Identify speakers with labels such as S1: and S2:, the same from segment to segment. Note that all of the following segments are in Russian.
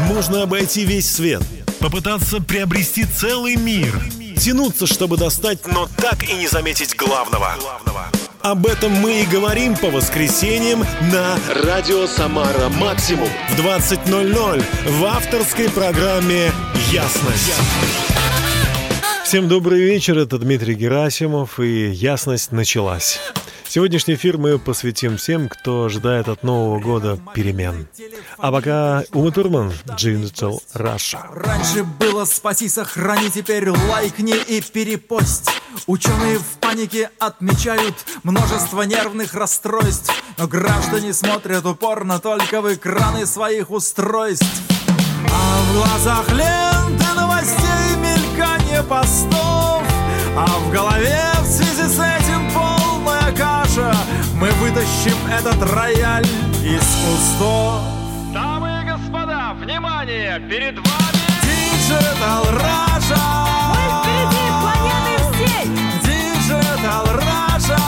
S1: Можно обойти весь свет, попытаться приобрести целый мир, тянуться, чтобы достать, но так и не заметить главного. Об этом мы и говорим по воскресеньям на Радио Самара Максимум в 20:00 в авторской программе «Ясность». Всем добрый вечер, это Дмитрий Герасимов, и «Ясность» началась. Сегодняшний эфир мы посвятим всем, кто ожидает от Нового года перемен. А пока Ума Турман, Digital Russia.
S2: Раньше было «спаси, сохрани», теперь лайкни и перепость. Ученые в панике отмечают множество нервных расстройств, но граждане смотрят упорно только в экраны своих устройств. А в глазах ленты новостей мельканье постов, а в голове в связи с этим полная каша. Мы вытащим этот рояль из кустов.
S3: Дамы и господа, внимание! Перед вами
S2: Digital Russia.
S4: Мы впереди планеты всей.
S2: Digital Russia.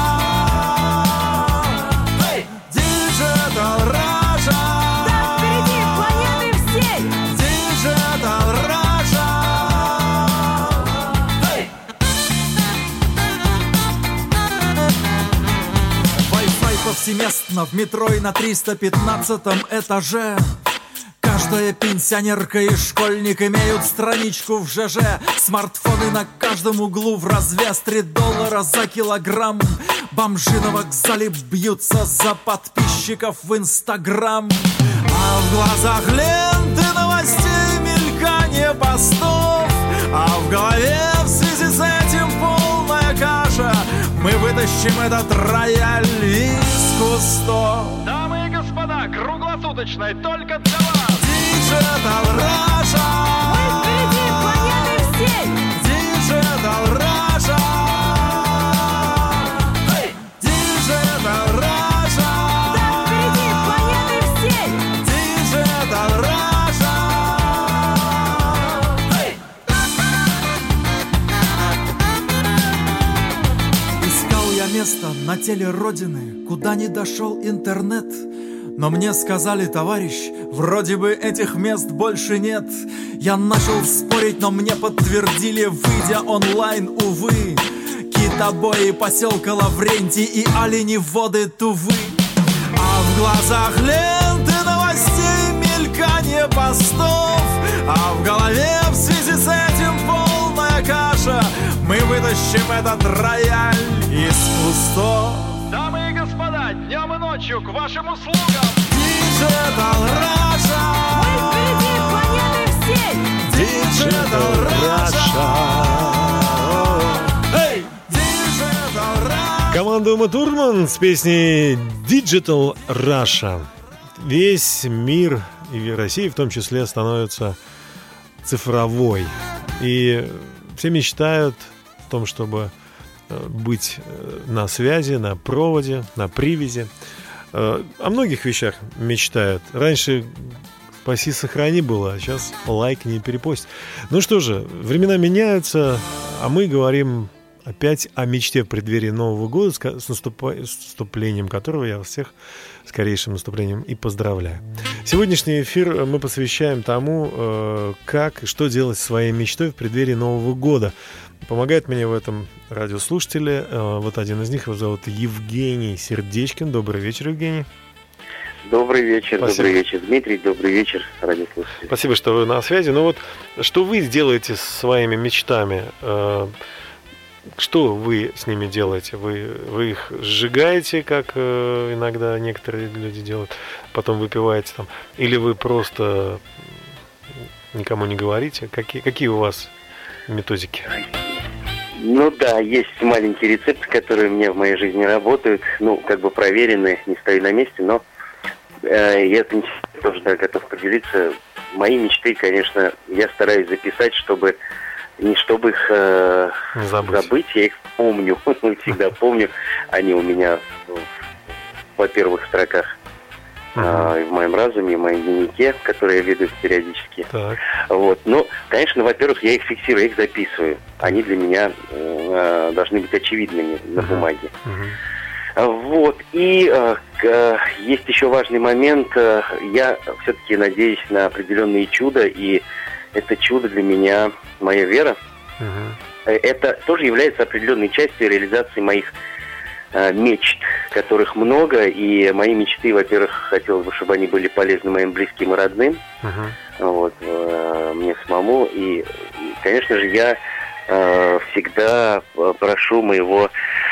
S2: Hey! Digital Russia.
S4: Да, впереди планеты всей.
S2: Digital Russia. Hey! Wi-Fi повсеместно в метро и на 315 этаже. Каждая пенсионерка и школьник имеют страничку в ЖЖ. Смартфоны на каждом углу в развес, $3 за килограмм. Бомжи на вокзале бьются за подписчиков в Инстаграм. А в глазах ленты новостей мельканье постов, а в голове в связи с этим полная каша. Мы вытащим этот рояль из кустов.
S3: дамы и господа, круглосуточной только для вас.
S2: Digital Russia.
S4: Мы впереди планеты всей.
S2: Digital Russia. Hey! Digital Russia.
S4: Да, впереди планеты всей.
S2: Digital Russia. Hey! Искал я место на теле Родины, куда не дошел интернет. Но мне сказали: товарищ, вроде бы этих мест больше нет. Я начал спорить, но мне подтвердили, выйдя онлайн, увы, китобои поселка Лаврентий и олени воды Тувы. А в глазах ленты новостей мельканье постов, а в голове в связи с этим полная каша. Мы вытащим этот рояль из кустов.
S3: Дамы и господа, днем и ночью к вашим услугам.
S2: Digital Russia.
S4: Мы впереди планеты всей.
S2: Digital Russia. Hey! Digital Russia.
S1: Команда Ума Турман с песней Digital Russia. Весь мир, и Россия в том числе, становится цифровой. И все мечтают о том, чтобы быть на связи, на проводе, на привязи. О многих вещах мечтают. Раньше «спаси, сохрани» было, а сейчас «лайкни и перепость». Ну что же, времена меняются, а мы говорим опять о мечте в преддверии Нового года, с наступлением которого я всех скорейшим наступлением и поздравляю. Сегодняшний эфир мы посвящаем тому, как и что делать со своей мечтой в преддверии Нового года. Помогает мне в этом радиослушатели. Вот один из них, его зовут Евгений Сердечкин. Добрый вечер, Евгений.
S5: Добрый вечер,
S1: Спасибо.
S5: Добрый вечер, Дмитрий, добрый вечер, радиослушатели.
S1: Спасибо, что вы на связи. Ну вот, что вы делаете со своими мечтами? Что вы с ними делаете? Вы их сжигаете, как иногда некоторые люди делают, потом выпиваете там? Или вы просто никому не говорите? Какие у вас методики?
S5: Ну да, есть маленькие рецепты, которые у меня в моей жизни работают, ну, как бы проверены, не стою на месте, но я тоже, да, готов поделиться. Мои мечты, конечно, я стараюсь записать, чтобы не чтобы их забыть, я их помню, всегда помню. Они у меня в первых строках в моем разуме, в моем дневнике, который я веду периодически.
S1: Так.
S5: Вот. Но, конечно, во-первых, я их фиксирую, я их записываю. Они для меня должны быть очевидными на бумаге. Вот, и есть еще важный момент. Я все-таки надеюсь на определенные чуда, и это чудо для меня моя вера. Это тоже является определенной частью реализации моих мечт, которых много, и мои мечты, во-первых, хотелось бы, чтобы они были полезны моим близким и родным, вот, мне самому, и, конечно же, я всегда прошу моего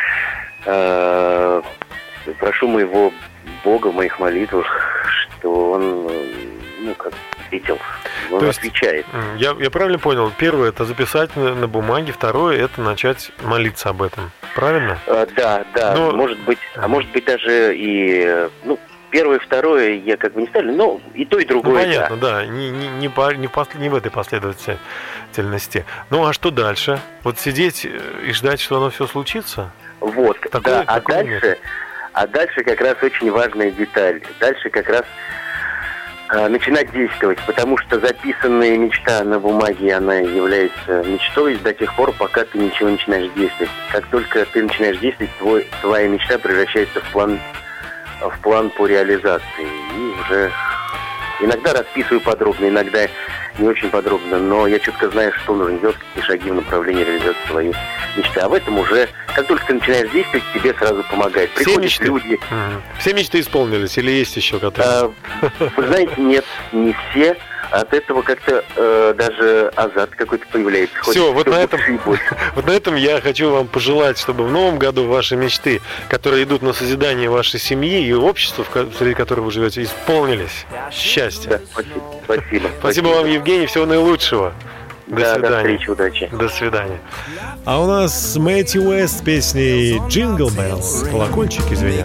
S5: Бога в моих молитвах, что он, ответил, он отвечает.
S1: Я правильно понял? Первое — это записать на бумаге, второе — это начать молиться об этом. Правильно?
S5: Да. Но... Может быть даже и... первое, второе я не ставлю, но и то, и другое.
S1: Понятно, да. Не в этой последовательности. Ну, а что дальше? Вот сидеть и ждать, что оно все случится?
S5: Вот, да. А дальше как раз очень важная деталь. Дальше как раз начинать действовать, потому что записанная мечта на бумаге, она является мечтой до тех пор, пока ты ничего не начинаешь действовать. Как только ты начинаешь действовать, твоя мечта превращается в план по реализации. И уже иногда расписываю подробно, иногда не очень подробно, но я четко знаю, что нужно делать, какие шаги в направлении реализации своей мечты. А в этом уже, как только ты начинаешь действовать, тебе сразу помогает. Приходят люди.
S1: Все мечты исполнились или есть еще которые?
S5: Вы знаете, нет, не все. От этого как-то даже азарт какой-то появляется.
S1: Все, вот на этом я хочу вам пожелать, чтобы в новом году ваши мечты, которые идут на созидание вашей семьи и общества, среди которого вы живете, исполнились. Счастья.
S5: Да, спасибо.
S1: Спасибо вам, Евгений, всего наилучшего. До свидания.
S5: До встречи, удачи.
S1: До свидания.
S6: А у нас Мэтью Уэст с песней «Jingle Bells». Колокольчик, извиняюсь.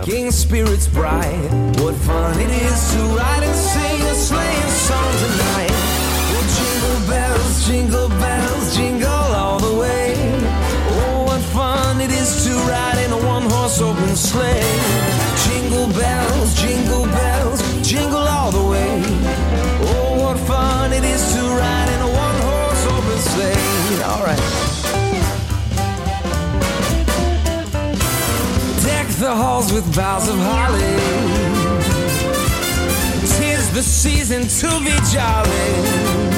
S7: Jingle bells, jingle all the way. Oh, what fun it is to ride in a one-horse open sleigh. Jingle bells, jingle all the way. Oh, what fun it is to ride in a one-horse open sleigh. All right. Deck the halls with boughs of holly. 'Tis the season to be jolly.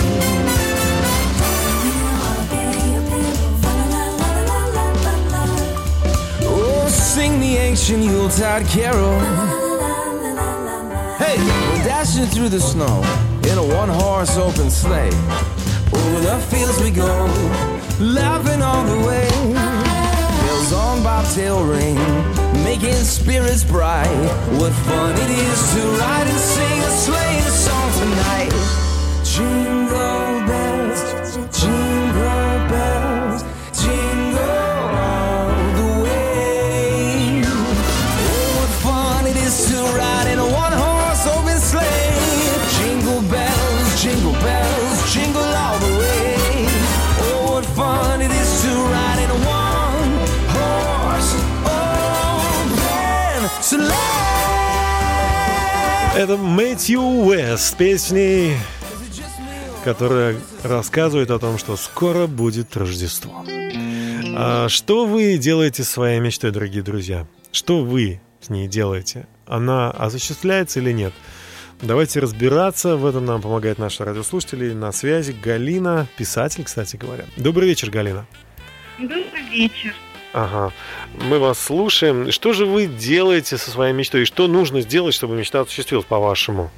S7: Sing the ancient Yuletide carol. Hey, we're dashing through the snow in a one-horse open sleigh. Over the fields we go, laughing all the way. Bells on bobtail ring, making spirits bright. What fun it is to ride and sing a sleighing song tonight. Jingle bells, jingle bells, jingle. To ride in a one-horse open sleigh. Jingle bells, jingle all the way. Oh, what fun it is to ride in a one-horse open sleigh.
S6: Это Мэтью Уэст с песней, которая рассказывает о том, что скоро будет Рождество. А что вы делаете со своей мечтой, дорогие друзья? Что вы с ней делаете? Она осуществляется или нет? Давайте разбираться. В этом нам помогает наши радиослушатели. На связи Галина, писатель, кстати говоря. Добрый вечер, Галина.
S8: Добрый вечер.
S1: Ага. Мы вас слушаем. Что же вы делаете со своей мечтой? И что нужно сделать, чтобы мечта осуществилась, по-вашему?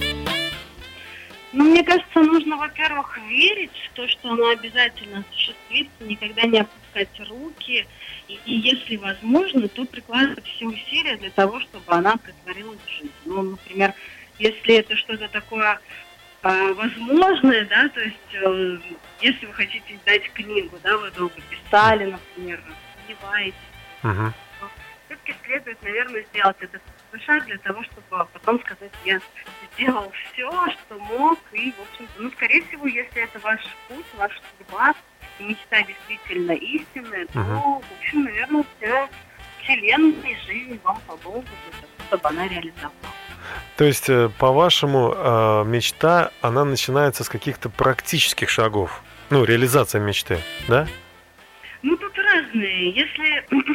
S8: Мне кажется, нужно, во-первых, верить в то, что она обязательно осуществится, никогда не опускать руки. И если возможно, то прикладывать все усилия для того, чтобы она претворилась в жизнь. Например, если это что-то такое возможное, да, то есть если вы хотите издать книгу, да, вы долго писали, например, сомневаетесь, все-таки следует, наверное, сделать этот шаг для того, чтобы потом сказать: я сделал все, что мог, и, в общем-то, скорее всего, если это ваш путь, ваша судьба, и мечта действительно истинная, то, в общем, наверное, вся вселенная и жизнь вам помогут для того, чтобы она реализовалась.
S1: То есть, по-вашему, мечта, она начинается с каких-то практических шагов? Реализация мечты, да?
S8: Тут разные. Если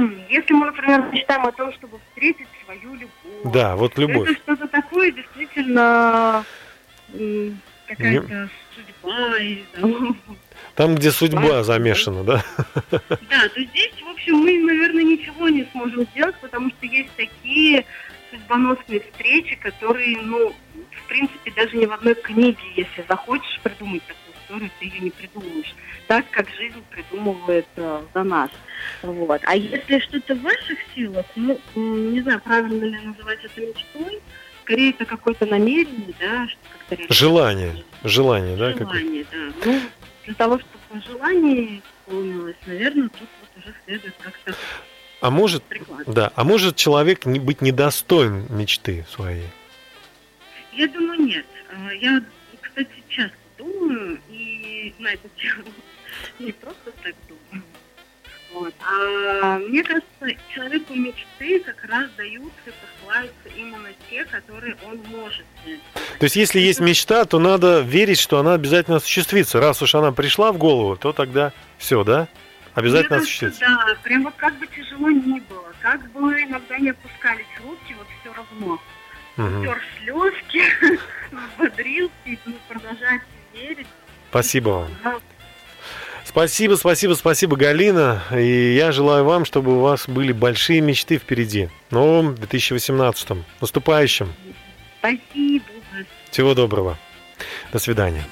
S8: Если мы, например, мечтаем о том, чтобы встретить свою любовь.
S1: Да, вот любовь.
S8: Это что-то такое действительно какая-то судьба.
S1: Там, где судьба замешана, да?
S8: Да, то здесь, в общем, мы, наверное, ничего не сможем сделать, потому что есть такие судьбоносные встречи, которые, в принципе, даже ни в одной книге, если захочешь придумать такую историю, ты ее не придумаешь. Так, как жизнь придумывает за нас. Вот. А если что-то в ваших силах, не знаю, правильно ли называть это мечтой, скорее это какое-то намерение, да, что как-то
S1: желание, да?
S8: Желание, да. Для того, чтобы желание исполнилось, наверное, тут вот уже следует как-то прикладывать.
S1: А может человек быть недостоин мечты своей?
S8: Я думаю, нет. Я, кстати, часто думаю и на эту тему не просто так думаю. Вот. А мне кажется, человеку мечты как раз даются и посылаются именно те, которые он может сделать.
S1: То есть, если есть мечта, то надо верить, что она обязательно осуществится. Раз уж она пришла в голову, то тогда все, да? Обязательно осуществится.
S8: Да, прям вот как бы тяжело ни было, как бы иногда не опускались руки, вот все равно. Утер слезки, взбодрился и продолжать верить.
S1: Спасибо вам. Спасибо, Галина. И я желаю вам, чтобы у вас были большие мечты впереди. В новом 2018-м. Наступающим.
S8: Спасибо.
S1: Всего доброго. До свидания.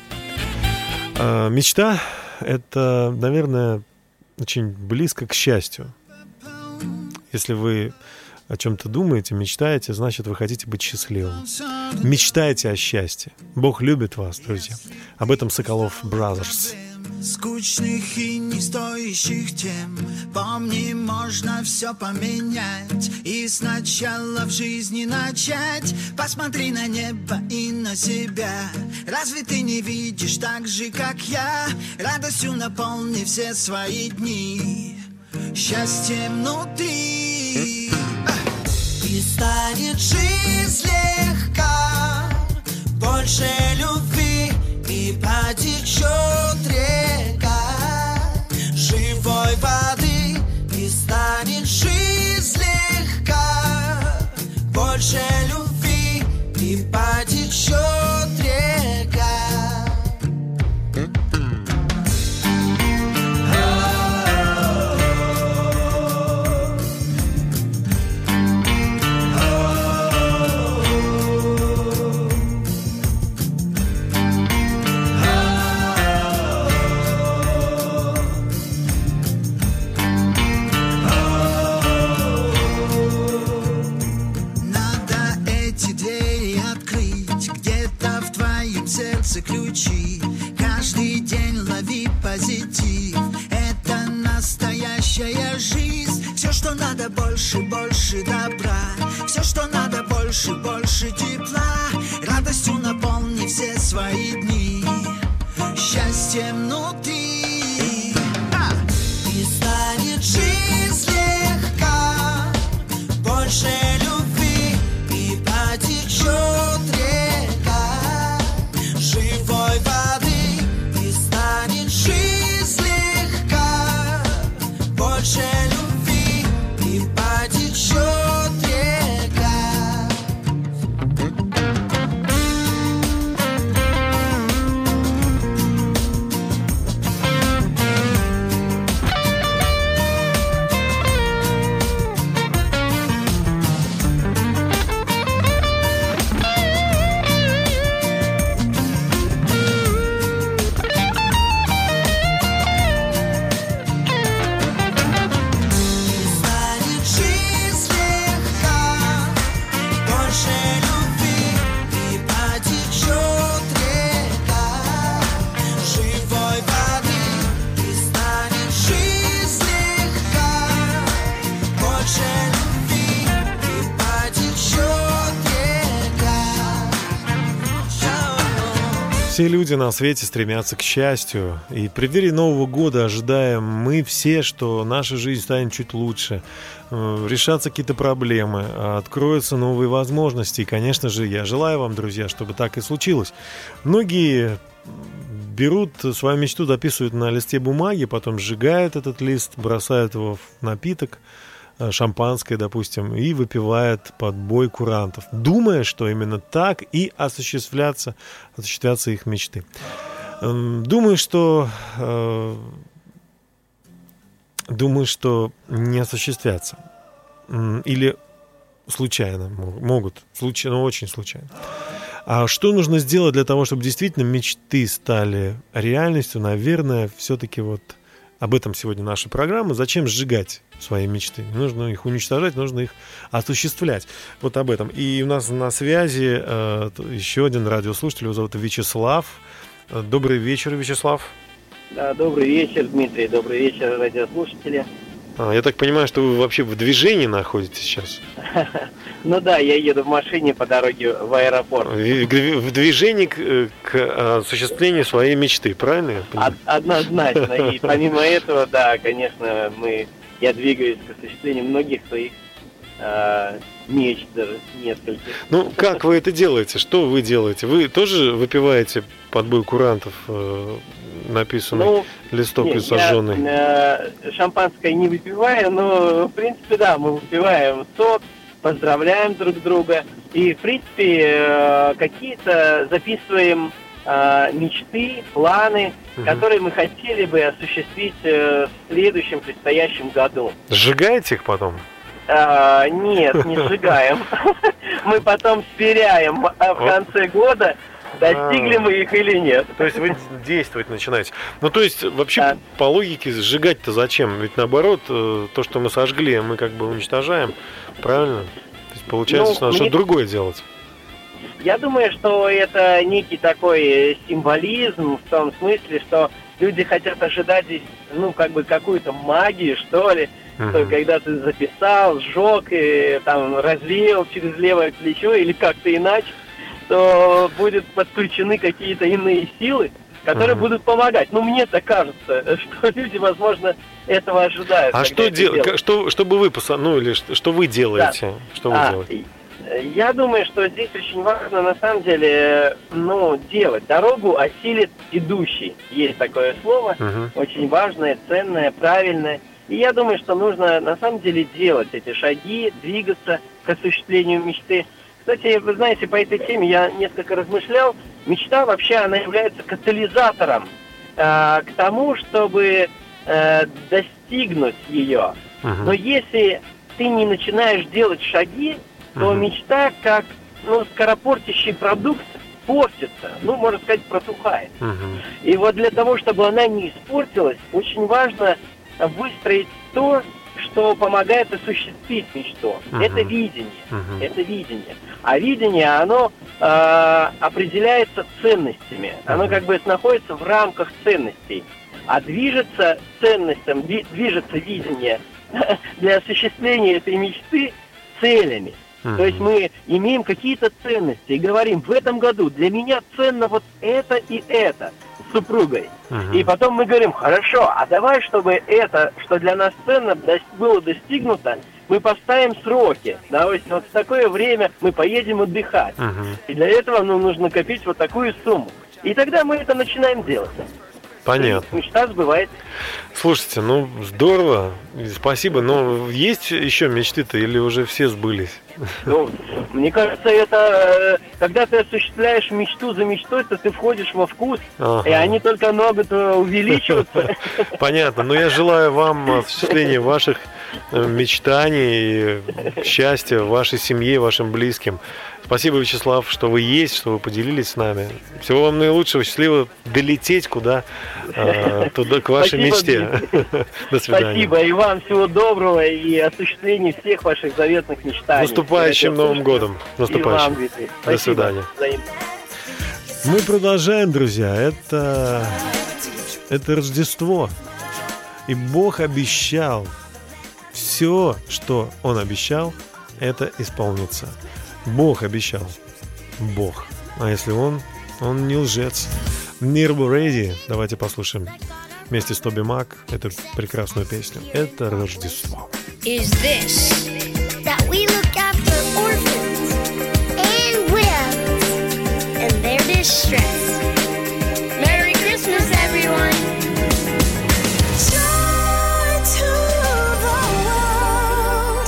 S1: Мечта – это, наверное, очень близко к счастью. Если вы о чем-то думаете, мечтаете, значит, вы хотите быть счастливым. Мечтайте о счастье. Бог любит вас, друзья. Об этом Соколов Brothers.
S9: Скучных и не стоящих тем. Помни, можно все поменять и сначала в жизни начать. Посмотри на небо и на себя. Разве ты не видишь так же, как я? Радостью наполни все свои дни, счастьем внутри. И станет жизнь легка, больше любви, и потечет река живой воды. И станет жизнь легка, больше любви, и потечет река. Ключи. Каждый день лови позитив. Это настоящая жизнь. Все, что надо, больше добра. Все, что надо, больше тепла. Радостью наполни все свои дни, счастьем внутри. И станет жизнь легка, больше любви, и потечет река живой воды. И станет жизнь легка, больше любви, и потечет река.
S1: Все люди на свете стремятся к счастью, и в преддверии Нового года ожидаем мы все, что наша жизнь станет чуть лучше, решатся какие-то проблемы, откроются новые возможности. И, конечно же, я желаю вам, друзья, чтобы так и случилось. Многие берут свою мечту, записывают на листе бумаги, потом сжигают этот лист, бросают его в напиток, шампанское, допустим, и выпивает под бой курантов, думая, что именно так и осуществятся их мечты. Думаю, что не осуществятся. Или случайно могут, но очень случайно. А что нужно сделать для того, чтобы действительно мечты стали реальностью? Наверное, все-таки вот об этом сегодня наша программа. Зачем сжигать свои мечты? Не нужно их уничтожать, нужно их осуществлять. Вот об этом. И у нас на связи еще один радиослушатель, его зовут Вячеслав. Добрый вечер, Вячеслав.
S10: Да, добрый вечер, Дмитрий. Добрый вечер, радиослушатели.
S1: Я так понимаю, что вы вообще в движении находитесь сейчас?
S10: Ну да, я еду в машине по дороге в аэропорт.
S1: В движении к осуществлению своей мечты, правильно я понимаю?
S10: Однозначно. И помимо этого, да, конечно, я двигаюсь к осуществлению многих своих мечт, даже нескольких.
S1: Ну, как вы это делаете? Что вы делаете? Вы тоже выпиваете под бой курантов написанный листок и сожженный?
S10: Я шампанское не выпиваю, но, в принципе, да, мы выпиваем сок, поздравляем друг друга и, в принципе, какие-то записываем мечты, планы, которые мы хотели бы осуществить в следующем предстоящем году.
S1: Сжигаете их потом?
S10: Нет, не сжигаем. Мы потом сверяем в конце года, достигли мы их или нет.
S1: То есть вы действовать начинаете. Ну, то есть, вообще, по логике, сжигать-то зачем? Ведь наоборот, то, что мы сожгли, мы как бы уничтожаем. Правильно? То есть, получается, надо что-то другое делать.
S10: Я думаю, что это некий такой символизм в том смысле, что люди хотят ожидать здесь, как бы какую-то магию, что ли. Что когда ты записал, сжег и там разлил через левое плечо или как-то иначе, то будут подключены какие-то иные силы, которые будут помогать. Мне так кажется, что люди, возможно, этого ожидают.
S1: А что делать? Что бы вы или что вы делаете? Да. Что вы делаете?
S10: Я думаю, что здесь очень важно, на самом деле, делать. Дорогу осилит идущий. Есть такое слово, очень важное, ценное, правильное. И я думаю, что нужно, на самом деле, делать эти шаги, двигаться к осуществлению мечты. Кстати, вы знаете, по этой теме я несколько размышлял. Мечта вообще, она является катализатором к тому, чтобы достигнуть ее. Но если ты не начинаешь делать шаги, то мечта, как скоропортящий продукт, портится, можно сказать, протухает. И вот для того, чтобы она не испортилась, очень важно выстроить то, что помогает осуществить мечту. Это видение. Это видение. А видение, оно определяется ценностями. Оно как бы находится в рамках ценностей. А движется ценностям, движется видение для осуществления этой мечты целями. То есть мы имеем какие-то ценности и говорим, в этом году для меня ценно вот это и это с супругой. И потом мы говорим, хорошо, а давай, чтобы это, что для нас ценно, было достигнуто, мы поставим сроки. Вот в такое время мы поедем отдыхать. И для этого нужно копить вот такую сумму. И тогда мы это начинаем делать.
S1: Понятно.
S10: Мечта сбывается.
S1: Слушайте, здорово, спасибо. Но есть еще мечты-то или уже все сбылись?
S10: Мне кажется, это когда ты осуществляешь мечту за мечтой, то ты входишь во вкус, и они только могут увеличиваться.
S1: Понятно. Но я желаю вам осуществления ваших мечтаний, счастья в вашей семье, вашим близким. Спасибо, Вячеслав, что вы есть, что вы поделились с нами. Всего вам наилучшего, счастливо долететь туда, к вашей мечте. До свидания.
S10: Спасибо, и вам всего доброго и осуществления всех ваших заветных мечтаний.
S1: С наступающим Новым годом. Наступающим. До свидания. Мы продолжаем, друзья. Это Рождество. И Бог обещал. Все, что Он обещал, это исполнится. Бог обещал. Бог. А если Он не лжец. Nirbu Ready. Давайте послушаем вместе с Тоби Мак эту прекрасную песню. Это Рождество.
S11: Is this that we look after orphans and widows and their distress. Merry Christmas, everyone. Joy to the world.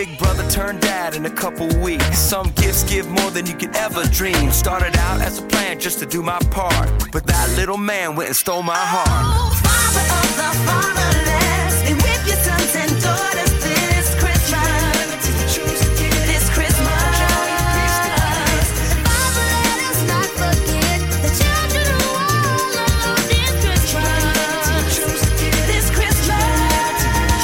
S7: big brother turned dad in a couple weeks. Some gifts give more than you could ever dream. Started out as a plan just to do my part, but that little man went and stole my heart.
S12: Oh, Father of the fatherless, be with your sons and daughters this Christmas. This Christmas.
S11: Father, let us not forget the children who are all alone this Christmas.
S12: This Christmas.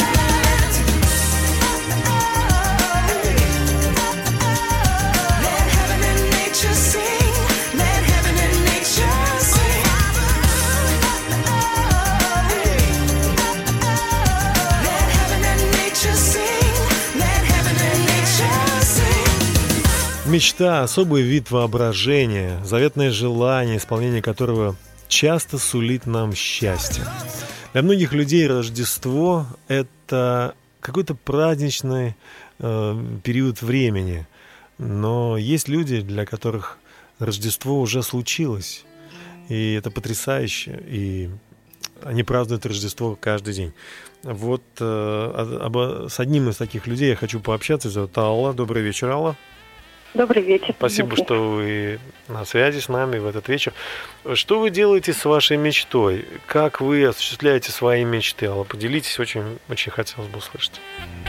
S12: Let heaven and nature sing. Let heaven and nature sing. Let heaven and nature sing. Let heaven and nature sing.
S1: Мечта – особый вид воображения, заветное желание, исполнение которого часто сулит нам счастье. Для многих людей Рождество – это какой-то праздничный период времени. Но есть люди, для которых Рождество уже случилось. И это потрясающе. И они празднуют Рождество каждый день. Вот с одним из таких людей я хочу пообщаться. Зовут Алла. Добрый вечер, Алла.
S13: Добрый вечер.
S1: Спасибо, что вы на связи с нами в этот вечер. Что вы делаете с вашей мечтой? Как вы осуществляете свои мечты? Алла, поделитесь, очень, очень хотелось бы услышать.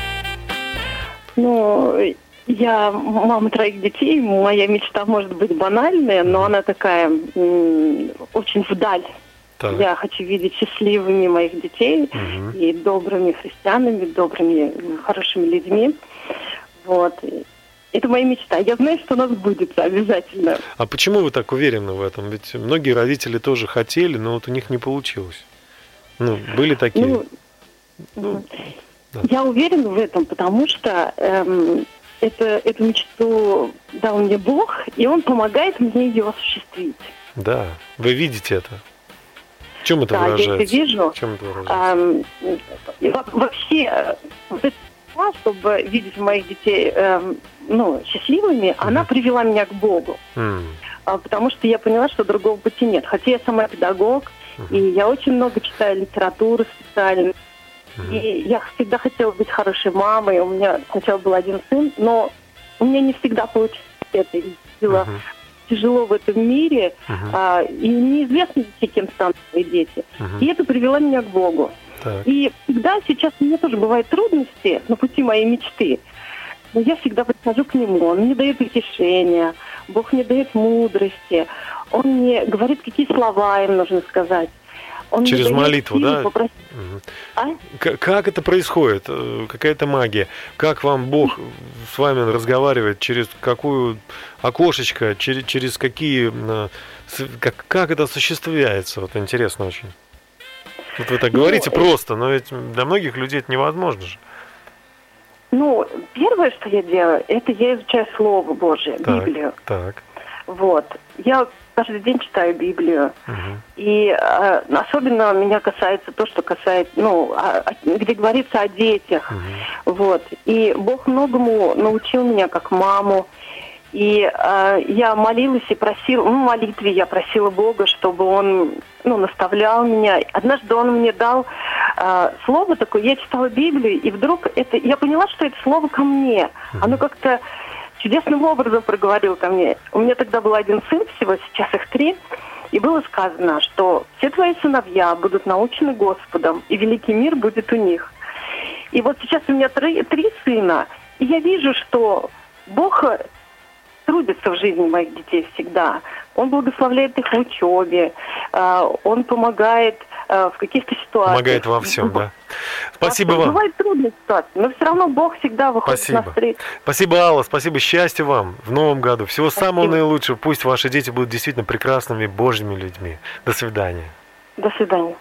S13: Ну, я мама 3 детей, моя мечта может быть банальная, но она такая очень вдаль.
S1: Так.
S13: Я хочу видеть счастливыми моих детей и добрыми христианами, добрыми, хорошими людьми. Вот. Это моя мечта. Я знаю, что у нас будет обязательно.
S1: А почему вы так уверены в этом? Ведь многие родители тоже хотели, но вот у них не получилось. Ну, были такие.
S13: Да. Я уверена в этом, потому что эту мечту дал мне Бог, и Он помогает мне ее осуществить.
S1: Да, вы видите это. В чем это выражается?
S13: Да, я это вижу.
S1: В чем это выражается?
S13: Вообще, вот эта мечта, чтобы видеть моих детей счастливыми, она привела меня к Богу. Потому что я поняла, что другого пути нет. Хотя я сама педагог, и я очень много читаю литературы специально. И я всегда хотела быть хорошей мамой. У меня сначала был один сын, но у меня не всегда получилось это. И было тяжело в этом мире, и неизвестно, кем станут мои дети. И это привело меня к Богу.
S1: Так.
S13: И всегда сейчас у меня тоже бывают трудности на пути моей мечты. Но я всегда подхожу к Нему. Он мне дает утешение, Бог мне дает мудрости. Он мне говорит, какие слова им нужно сказать. Он
S1: через молитву, да? Как это происходит? Какая-то магия? Как вам Бог с вами разговаривает? Через какую окошечко? Через какие... Как это осуществляется? Вот интересно очень. Вот вы так говорите просто, но ведь для многих людей это невозможно же.
S13: Ну, первое, что я делаю, это я изучаю Слово Божие, Библию.
S1: Так.
S13: Вот. Я каждый день читаю Библию. И особенно меня касается то, что касается, где говорится о детях. Вот. И Бог многому научил меня как маму. И я молилась и просила, в молитве я просила Бога, чтобы Он наставлял меня. Однажды Он мне дал слово такое, я читала Библию, и вдруг я поняла, что это слово ко мне. Оно как-то чудесным образом проговорило ко мне. У меня тогда был один сын всего, сейчас их 3. И было сказано, что все твои сыновья будут научены Господом, и великий мир будет у них. И вот сейчас у меня 3 сына, и я вижу, что Бог трудится в жизни моих детей всегда. Он благословляет их в учебе, Он помогает в каких-то ситуациях.
S1: Помогает во всем, да. Спасибо вам.
S13: Бывают трудные ситуации, но все равно Бог всегда выходит навстречу.
S1: Спасибо, Алла, спасибо, счастья вам в новом году. Всего самого наилучшего. Пусть ваши дети будут действительно прекрасными, Божьими людьми. До свидания.
S13: До свидания.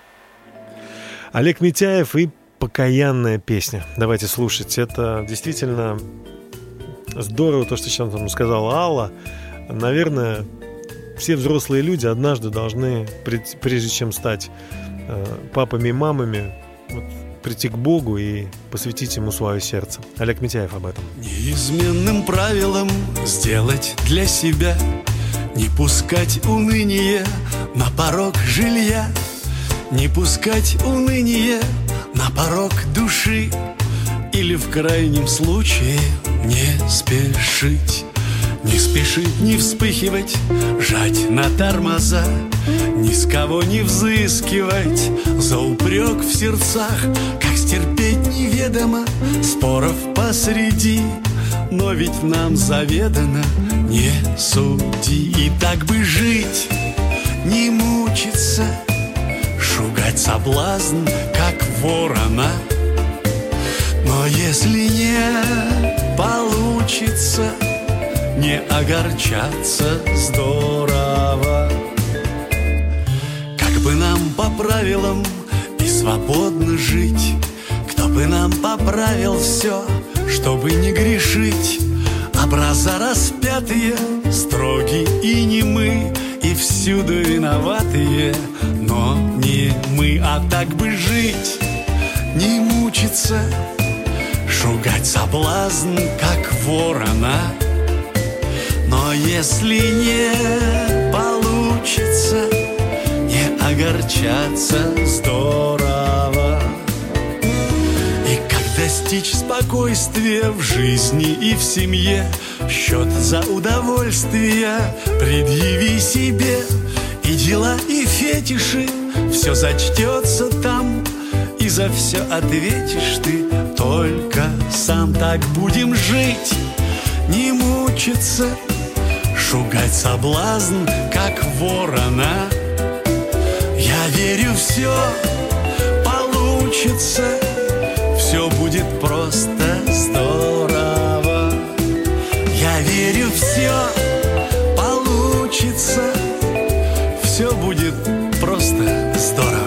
S1: Олег Митяев и «Покаянная песня». Давайте слушать. Это действительно здорово, то, что сейчас нам сказала Алла. Наверное, все взрослые люди однажды должны, прежде чем стать папами и мамами, прийти к Богу и посвятить Ему свое сердце. Олег Митяев об этом.
S14: Неизменным правилом сделать для себя, не пускать уныние на порог жилья, не пускать уныние на порог души. или в крайнем случае не спешить. Не спешить, не вспыхивать, жать на тормоза, ни с кого не взыскивать за упрек в сердцах. Как стерпеть неведомо споров посреди, но ведь нам заведано не суди. И так бы жить, не мучиться, шугать соблазн, как ворона. Но если не получится, не огорчаться здорово. Как бы нам по правилам и свободно жить, кто бы нам поправил все, чтобы не грешить. Образа распятые, строгие и немы, и всюду виноватые, но не мы. А так бы жить, не мучиться, шугать соблазн, как ворона. Но если не получится, не огорчаться здорово. И как достичь спокойствия в жизни и в семье, счет за удовольствие предъяви себе. И дела, и фетиши, все зачтется там, и за все ответишь ты только сам. Так будем жить, не мучиться, шугать соблазн, как ворона. Я верю, все получится, все будет просто здорово. Я верю, все получится, все будет просто здорово.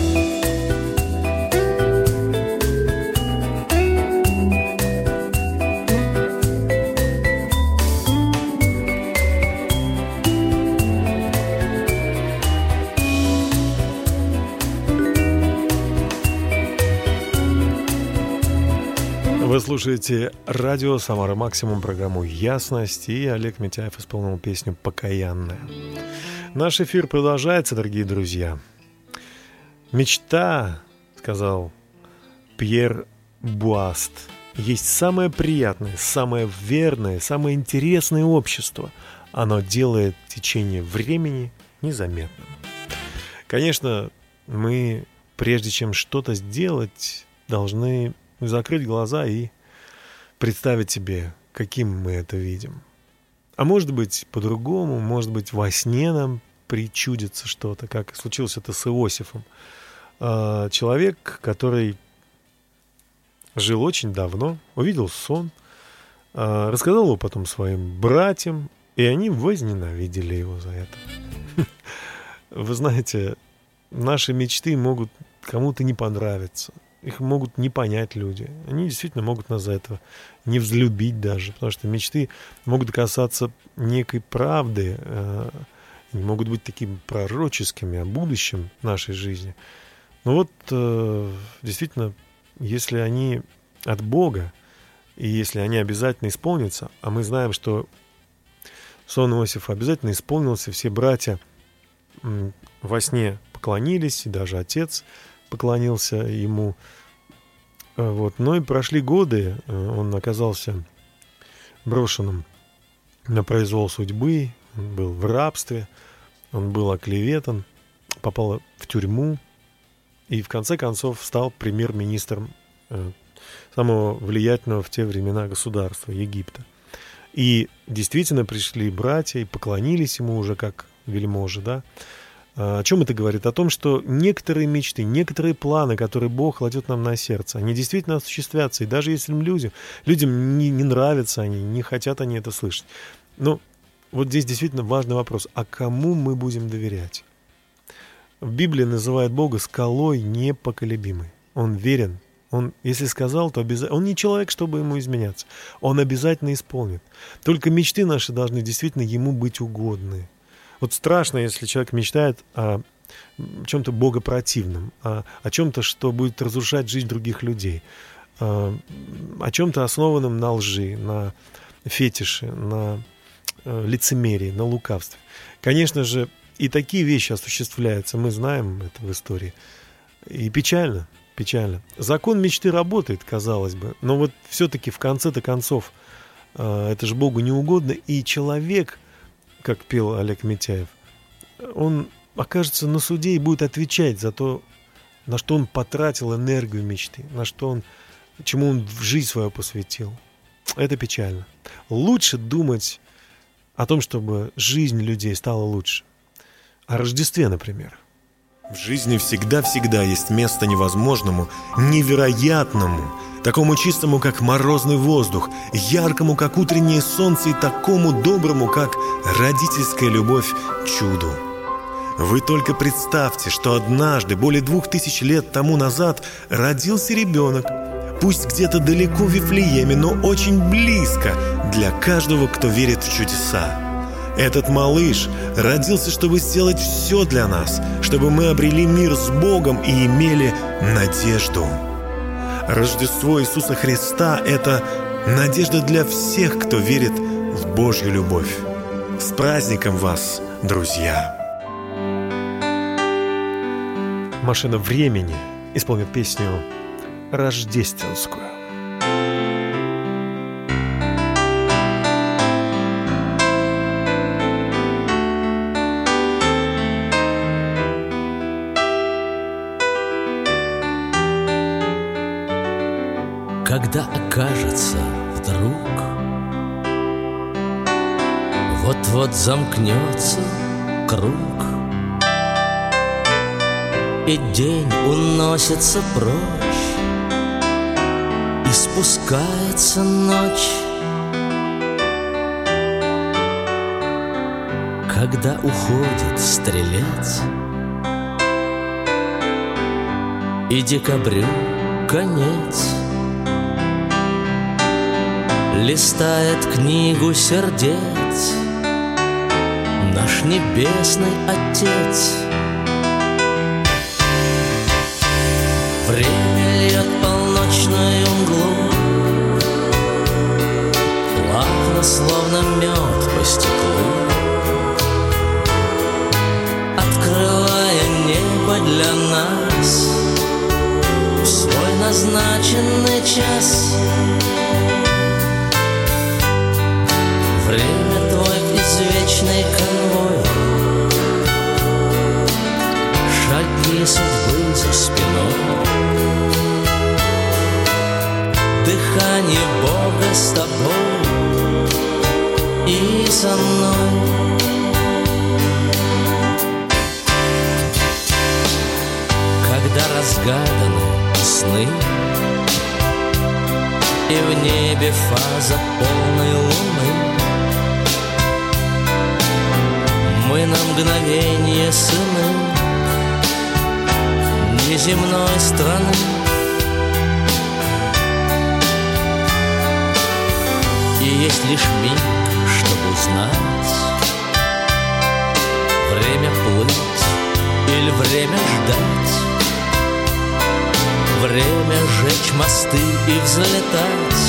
S1: Вы слушаете радио «Самара Максимум», программу «Ясность», и Олег Митяев исполнил песню «Покаянная». Наш эфир продолжается, дорогие друзья. Мечта, сказал Пьер Буаст, есть самое приятное, самое верное, самое интересное общество. Оно делает течение времени незаметным. Конечно, мы, прежде чем что-то сделать, должны закрыть глаза и представить себе, каким мы это видим. А может быть, по-другому, может быть, во сне нам причудится что-то, как случилось это с Иосифом. Человек, который жил очень давно, увидел сон, рассказал его потом своим братьям, и они возненавидели его за это. Вы знаете, наши мечты могут кому-то не понравиться. Их могут не понять люди. Они действительно могут нас за это не взлюбить даже, потому что мечты могут касаться некой правды, они могут быть такими пророческими о будущем нашей жизни. Но вот действительно, если они от Бога, и если они обязательно исполнятся, а мы знаем, что сон Иосифа обязательно исполнился, все братья во сне поклонились, и даже отец поклонился ему. Вот. Но и прошли годы, он оказался брошенным на произвол судьбы, он был в рабстве, он был оклеветан, попал в тюрьму и в конце концов стал премьер-министром самого влиятельного в те времена государства Египта. И действительно пришли братья и поклонились ему уже как вельможи, да. О чем это говорит? О том, что некоторые мечты, некоторые планы, которые Бог кладет нам на сердце, они действительно осуществятся. И даже если людям не нравятся они, не хотят они это слышать. Но вот здесь действительно важный вопрос. А кому мы будем доверять? В Библии называют Бога скалой непоколебимой. Он верен. Он, если сказал, то обязательно. Он не человек, чтобы ему изменяться. Он обязательно исполнит. Только мечты наши должны действительно ему быть угодны. Вот страшно, если человек мечтает о чем-то богопротивном, о чем-то, что будет разрушать жизнь других людей, о чем-то основанном на лжи, на фетише, на лицемерии, на лукавстве. Конечно же, и такие вещи осуществляются, мы знаем это в истории. И печально, печально. Закон мечты работает, казалось бы, но вот все-таки в конце-то концов это же Богу не угодно, и человек, как пел Олег Митяев, он окажется на суде и будет отвечать за то, на что он потратил энергию мечты, чему он жизнь свою посвятил. Это печально. Лучше думать о том, чтобы жизнь людей стала лучше. О Рождестве, например.
S6: В жизни всегда-всегда есть место невозможному, невероятному, такому чистому, как морозный воздух, яркому, как утреннее солнце, и такому доброму, как родительская любовь, чуду. Вы только представьте, что однажды, более 2000 лет тому назад, родился ребенок, пусть где-то далеко в Вифлееме, но очень близко для каждого, кто верит в чудеса. Этот малыш родился, чтобы сделать все для нас, чтобы мы обрели мир с Богом и имели надежду. Рождество Иисуса Христа – это надежда для всех, кто верит в Божью любовь. С праздником вас, друзья!
S1: «Машина времени» исполнит песню рождественскую.
S15: Когда окажется вдруг вот-вот замкнется круг, и день уносится прочь, и спускается ночь, когда уходит стрелец, и декабрю конец, листает книгу сердец наш небесный Отец. Время льет полночную мглу, плавно, словно мед по стеклу, открывая небо для нас в свой назначенный час. Время твой извечный конвой, шаги судьбы за спиной, дыхание Бога с тобой и со мной. Когда разгаданы сны, и в небе фаза полной луны, мы на мгновение сыны неземной страны. И есть лишь миг, чтобы узнать, время плыть или время ждать, время сжечь мосты и взлетать,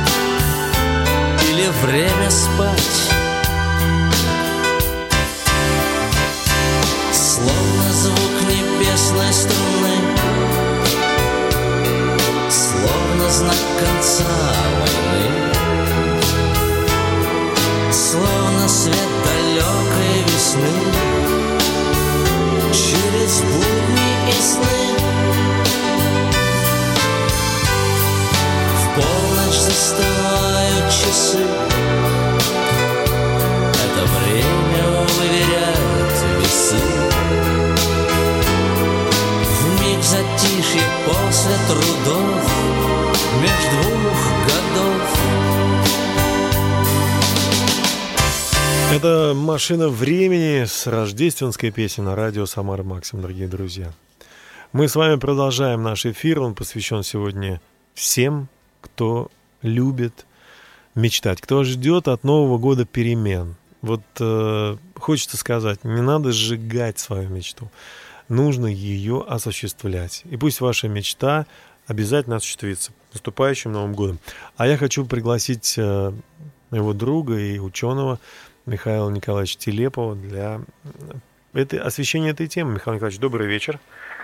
S15: или время спать. Словно звук небесной струны, словно знак конца войны, словно свет далекой весны, через будни и сны. В полночь застывают часы, это время выверяет весы. Вмиг затишье после трудов меж двух годов.
S1: Это «Машина времени» с рождественской песней на радио «Самара Максим», дорогие друзья. Мы с вами продолжаем наш эфир. Он посвящен сегодня всем, кто любит мечтать, кто ждет от Нового года перемен. Вот хочется сказать, не надо сжигать свою мечту. Нужно ее осуществлять. И пусть ваша мечта обязательно осуществится наступающим Новым годом. А я хочу пригласить моего друга и ученого Михаила Николаевича Телепова для освещения этой темы. Михаил Николаевич, добрый вечер.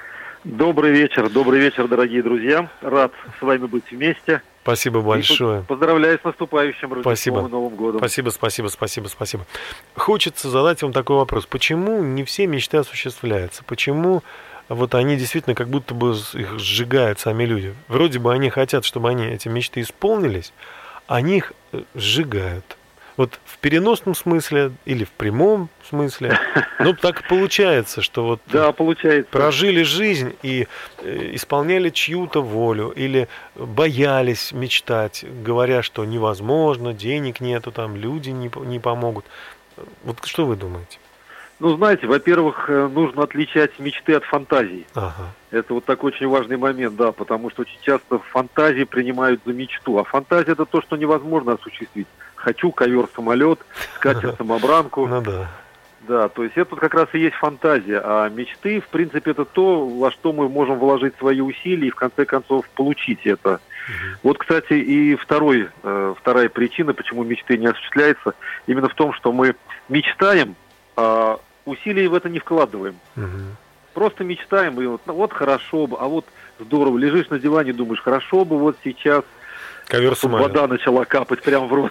S16: Добрый вечер, дорогие друзья. Рад с вами быть вместе.
S1: Спасибо большое.
S16: Поздравляю с наступающим Рождеством
S1: Спасибо.
S16: и Новым годом.
S1: Спасибо. Хочется задать вам такой вопрос. Почему не все мечты осуществляются? Почему вот они действительно как будто бы их сжигают сами люди? Вроде бы они хотят, чтобы эти мечты исполнились, а они их сжигают. Вот в переносном смысле или в прямом смысле, ну так получается, что вот
S16: да, получается.
S1: Прожили жизнь и исполняли чью-то волю или боялись мечтать, говоря, что невозможно, денег нету, там люди не помогут. Вот что вы думаете?
S16: Ну, знаете, во-первых, нужно отличать мечты от фантазий.
S1: Ага.
S16: Это вот такой очень важный момент, да, потому что очень часто фантазии принимают за мечту, а фантазия — это то, что невозможно осуществить. Хочу ковер-самолет, скатерть-самобранку.
S1: Ну да.
S16: Да, то есть это как раз и есть фантазия, а мечты, в принципе, это то, во что мы можем вложить свои усилия и, в конце концов, получить это. Вот, кстати, и вторая причина, почему мечты не осуществляются, именно в том, что мы мечтаем, а усилий в это не вкладываем. Просто мечтаем, и вот хорошо бы, а вот здорово, лежишь на диване, думаешь, хорошо бы вот сейчас чтобы вода начала капать прямо в рот,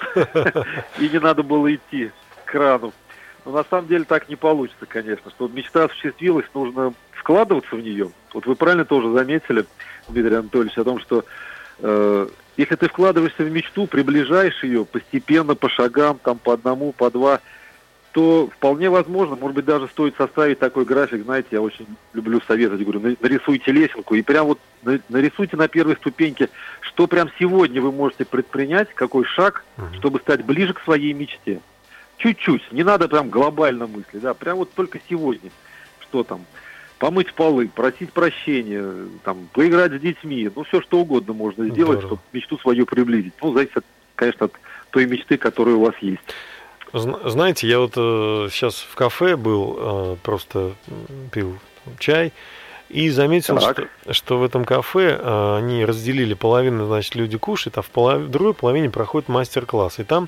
S16: и не надо было идти к крану. Но на самом деле так не получится, конечно. Чтобы мечта осуществилась, нужно вкладываться в нее. Вот вы правильно тоже заметили, Дмитрий Анатольевич, о том, что если ты вкладываешься в мечту, приближаешь ее постепенно, по шагам, там, по одному, по два, то вполне возможно, может быть, даже стоит составить такой график, знаете, я очень люблю советовать, говорю, нарисуйте лесенку и прям вот нарисуйте на первой ступеньке, что прям сегодня вы можете предпринять, какой шаг, чтобы стать ближе к своей мечте. Чуть-чуть, не надо прям глобально мыслить, да, прям вот только сегодня, что там, помыть полы, просить прощения, там, поиграть с детьми, ну, все что угодно можно сделать, чтобы мечту свою приблизить. Ну, зависит, конечно, от той мечты, которая у вас есть.
S1: Знаете, я вот сейчас в кафе был, просто пил чай и заметил, что в этом кафе они разделили половину, значит, люди кушают, а в другой половине проходит мастер-класс. И там,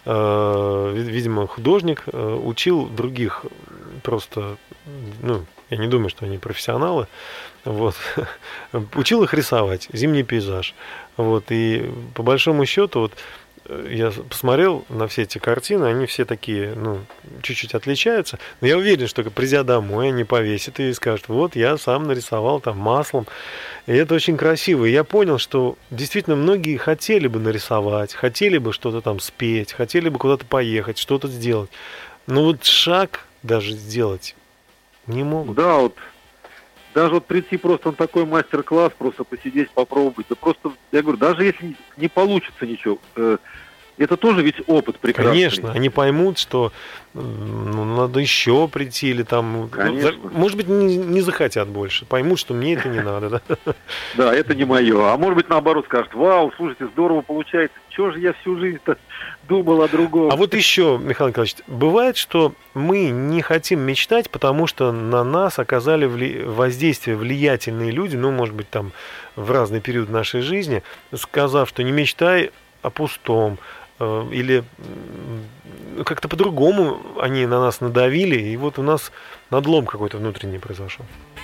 S1: видимо, художник учил других просто, ну, я не думаю, что они профессионалы, вот, учил их рисовать, зимний пейзаж. Вот, и по большому счету, вот, я посмотрел на все эти картины, они все такие, ну, чуть-чуть отличаются, но я уверен, что придя домой, они повесят и скажут, вот, я сам нарисовал там маслом, и это очень красиво. И я понял, что действительно многие хотели бы нарисовать, хотели бы что-то там спеть, хотели бы куда-то поехать, что-то сделать, но вот шаг даже сделать не могут.
S16: Да, вот. Даже вот прийти просто на такой мастер-класс, просто посидеть, попробовать. Да просто, я говорю, даже если не получится ничего, это тоже ведь опыт прекрасный.
S1: Конечно, они поймут, что надо еще прийти или там...
S16: Конечно.
S1: Может быть, не захотят больше, поймут, что мне это не надо. Да?
S16: Да, это не мое. А может быть, наоборот, скажут, вау, слушайте, здорово получается. Чего же я всю жизнь-то думал о другом?
S1: А вот еще, Михаил Николаевич, бывает, что мы не хотим мечтать, потому что на нас оказали воздействие влиятельные люди, ну, может быть, там в разный период нашей жизни, сказав, что не мечтай о пустом, или как-то по-другому они на нас надавили, и вот у нас надлом какой-то внутренний произошел.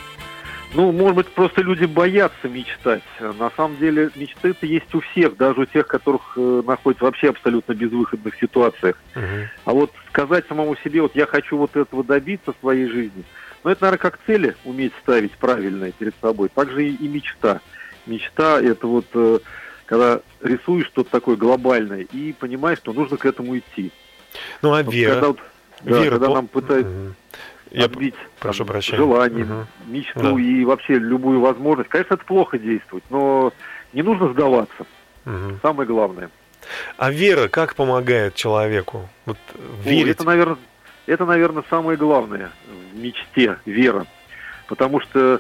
S16: Ну, может быть, просто люди боятся мечтать. На самом деле мечты-то есть у всех, даже у тех, которых находятся вообще абсолютно безвыходных ситуациях. А вот сказать самому себе, вот я хочу вот этого добиться в своей жизни, ну, это, наверное, как цели уметь ставить правильные перед собой. Также и мечта. Мечта – это вот когда рисуешь что-то такое глобальное и понимаешь, что нужно к этому идти.
S1: Ну, а вера?
S16: Когда нам пытаются отбить желание, мечту и вообще любую возможность. Конечно, это плохо действует, но не нужно сдаваться. Самое главное.
S1: А вера как помогает человеку? Вот верить?
S16: Это, наверное, самое главное в мечте, вера. Потому что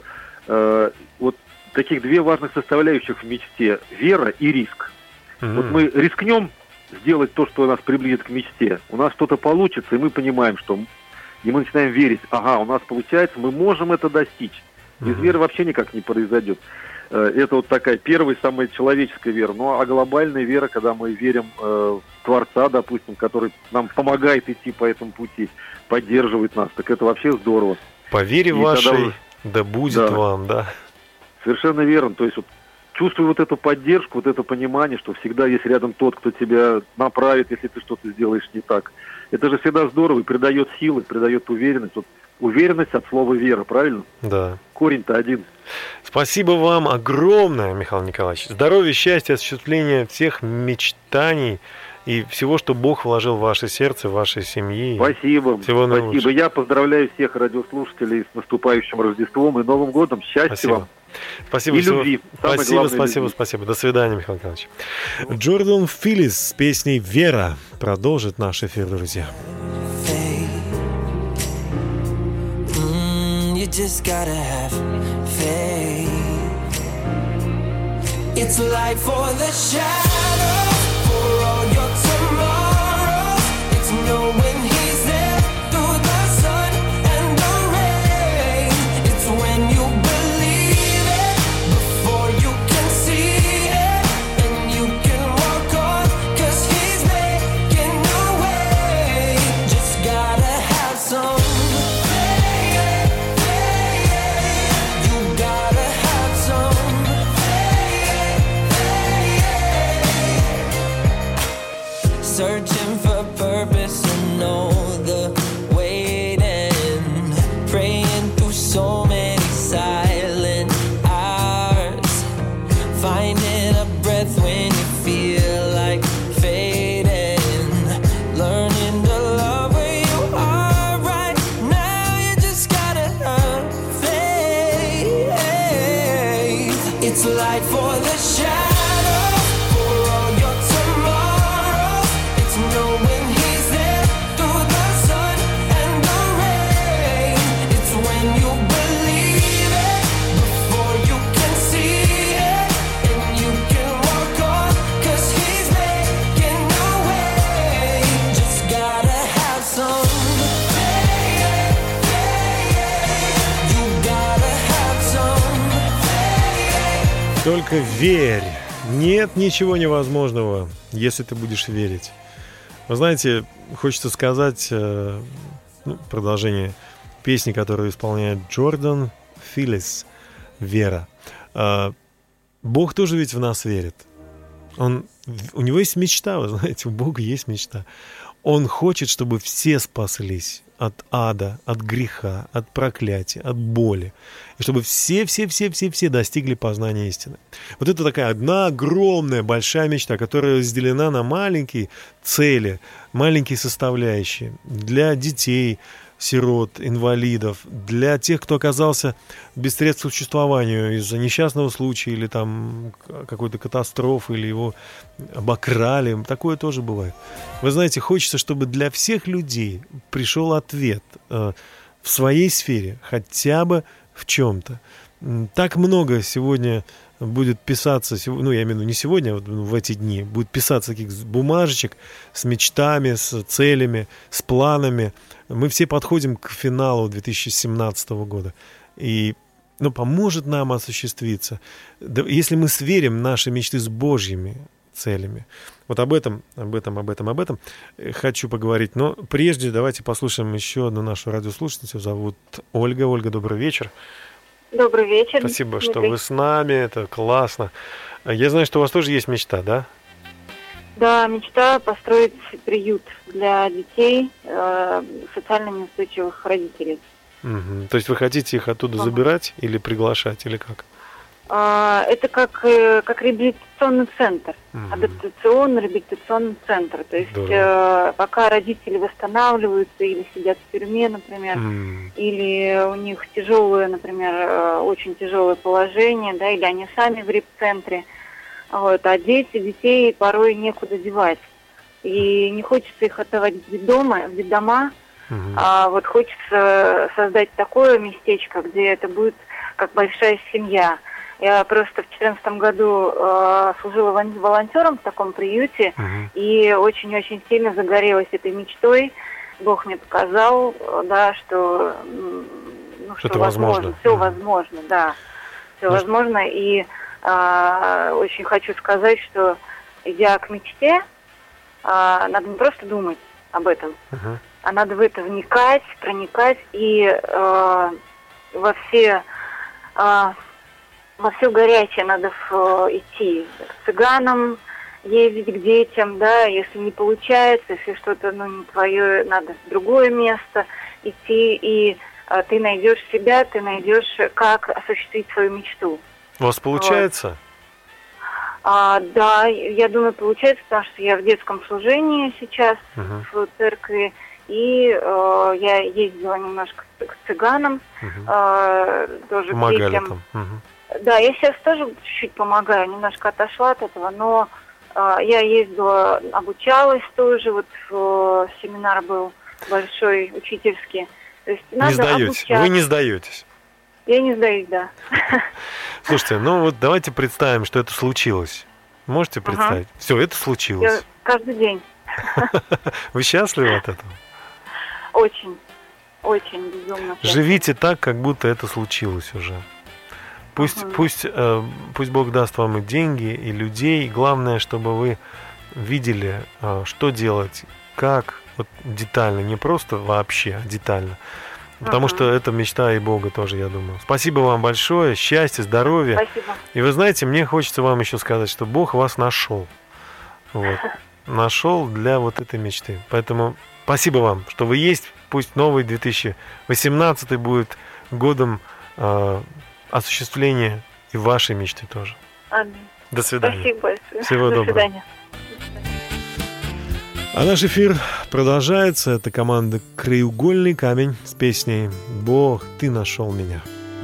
S16: вот таких две важных составляющих в мечте – вера и риск. Вот мы рискнем сделать то, что нас приблизит к мечте, у нас что-то получится, и мы понимаем, что... И мы начинаем верить, ага, у нас получается, мы можем это достичь. Без веры вообще никак не произойдет. Это вот такая первая, самая человеческая вера. Ну, а глобальная вера, когда мы верим в Творца, допустим, который нам помогает идти по этому пути, поддерживает нас, так это вообще здорово.
S1: По вере вашей Да будет
S16: Да.
S1: вам, да.
S16: Совершенно верно. То есть вот чувствую вот эту поддержку, вот это понимание, что всегда есть рядом тот, кто тебя направит, если ты что-то сделаешь не так. Это же всегда здорово и придает силы, придает уверенность. Вот уверенность от слова вера, правильно?
S1: Да.
S16: Корень-то один.
S1: Спасибо вам огромное, Михаил Николаевич. Здоровья, счастья, осуществления всех мечтаний и всего, что Бог вложил в ваше сердце, в вашей семьи.
S16: Спасибо.
S1: Всего
S16: Спасибо.
S1: наилучшего.
S16: Я поздравляю всех радиослушателей с наступающим Рождеством и Новым годом. Счастья
S1: Спасибо.
S16: вам.
S1: Спасибо.
S16: И
S1: всего-
S16: любви. Самое
S1: Спасибо,
S16: главное,
S1: спасибо,
S16: любви.
S1: спасибо. До свидания, Михаил Николаевич. Джордан Филлис с песней «Вера» продолжит наш эфир, друзья.
S7: You just gotta have faith. It's light for the shadow, for all your tomorrows. It's knowing He's there through the sun and the rain. It's when you believe it before you can see it, and you can walk on 'cause He's making a way. Just gotta have some. You gotta have some searching for purpose and know the waiting, praying through so many silent hours, finding a breath when you feel like fading, learning to love where you are right now. You just gotta have faith. It's light for the shadow, for all your tomorrows. It's knowing He's there through the sun and the rain. It's when you believe it before you can see it, and you can walk on 'cause He's making a way. Just gotta have some faith. You gotta have some.
S1: Только верь. Нет ничего невозможного, если ты будешь верить. Вы знаете, хочется сказать продолжение песни, которую исполняет Джордан Филлис «Вера». Бог тоже ведь в нас верит. У него есть мечта, вы знаете, у Бога есть мечта. Он хочет, чтобы все спаслись от ада, от греха, от проклятия, от боли. И чтобы все достигли познания истины. Вот это такая одна огромная, большая мечта, которая разделена на маленькие цели, маленькие составляющие для детей, сирот, инвалидов, для тех, кто оказался без средств к существованию из-за несчастного случая или там какой-то катастрофы, или его обокрали. Такое тоже бывает. Вы знаете, хочется, чтобы для всех людей пришел ответ в своей сфере, хотя бы в чем-то. Так много сегодня будет писаться, ну, я имею в виду не сегодня, а вот в эти дни, будет писаться таких бумажечек с мечтами, с целями, с планами. Мы все подходим к финалу 2017 года. И поможет нам осуществиться, если мы сверим наши мечты с Божьими целями. Вот об этом хочу поговорить. Но прежде давайте послушаем еще одну нашу радиослушательницу. Зовут Ольга. Ольга, добрый вечер.
S13: Добрый вечер.
S1: Спасибо, что вы с нами, это классно. Я знаю, что у вас тоже есть мечта, да?
S13: Да, мечта построить приют для детей социально неустойчивых родителей.
S1: Угу. То есть вы хотите их оттуда забирать или приглашать, или как?
S13: Это как реабилитационный центр, адаптационно-реабилитационный центр. То есть пока родители восстанавливаются или сидят в тюрьме, например, или у них тяжелое, например, очень тяжелое положение, да, или они сами в реп-центре, вот, а детей порой некуда девать. И не хочется их отдавать в детдома, а вот хочется создать такое местечко, где это будет как большая семья. Я просто в 2014 году служила волонтером в таком приюте и очень-очень сильно загорелась этой мечтой. Бог мне показал, да, что что возможно, все возможно, да, все возможно. И очень хочу сказать, что идя к мечте, надо не просто думать об этом, а надо в это вникать, проникать и во все во все горячее надо идти к цыганам, ездить к детям, да, если не получается, если что-то, не твое, надо в другое место идти, и ты найдешь себя, ты найдешь, как осуществить свою мечту.
S1: У вас получается?
S13: Да, я думаю, получается, потому что я в детском служении сейчас в церкви, и я ездила немножко к цыганам, тоже к детям. Да, я сейчас тоже чуть-чуть помогаю, немножко отошла от этого, но я ездила, обучалась тоже, вот семинар был большой, учительский. То есть надо
S1: не сдаетесь,
S13: обучаться.
S1: Вы не сдаетесь.
S13: Я не сдаюсь, да.
S1: Слушайте, вот давайте представим, что это случилось. Можете представить? Все, это случилось.
S13: Я каждый день.
S1: Вы счастливы от этого?
S13: Очень, очень безумно.
S1: Живите так, как будто это случилось уже. Пусть Бог даст вам и деньги, и людей. Главное, чтобы вы видели, что делать, как, вот детально, не просто вообще, а детально. Потому что это мечта и Бога тоже, я думаю. Спасибо вам большое, счастья, здоровья.
S13: Спасибо.
S1: И вы знаете, мне хочется вам еще сказать, что Бог вас нашел. Вот. Нашел для вот этой мечты. Поэтому спасибо вам, что вы есть. Пусть новый 2018 будет годом осуществления и вашей мечты тоже.
S13: Аминь.
S1: До свидания.
S13: Спасибо большое.
S1: Всего доброго.
S13: До свидания.
S1: А наш эфир продолжается. Это команда «Краеугольный камень» с песней «Бог, ты нашел меня».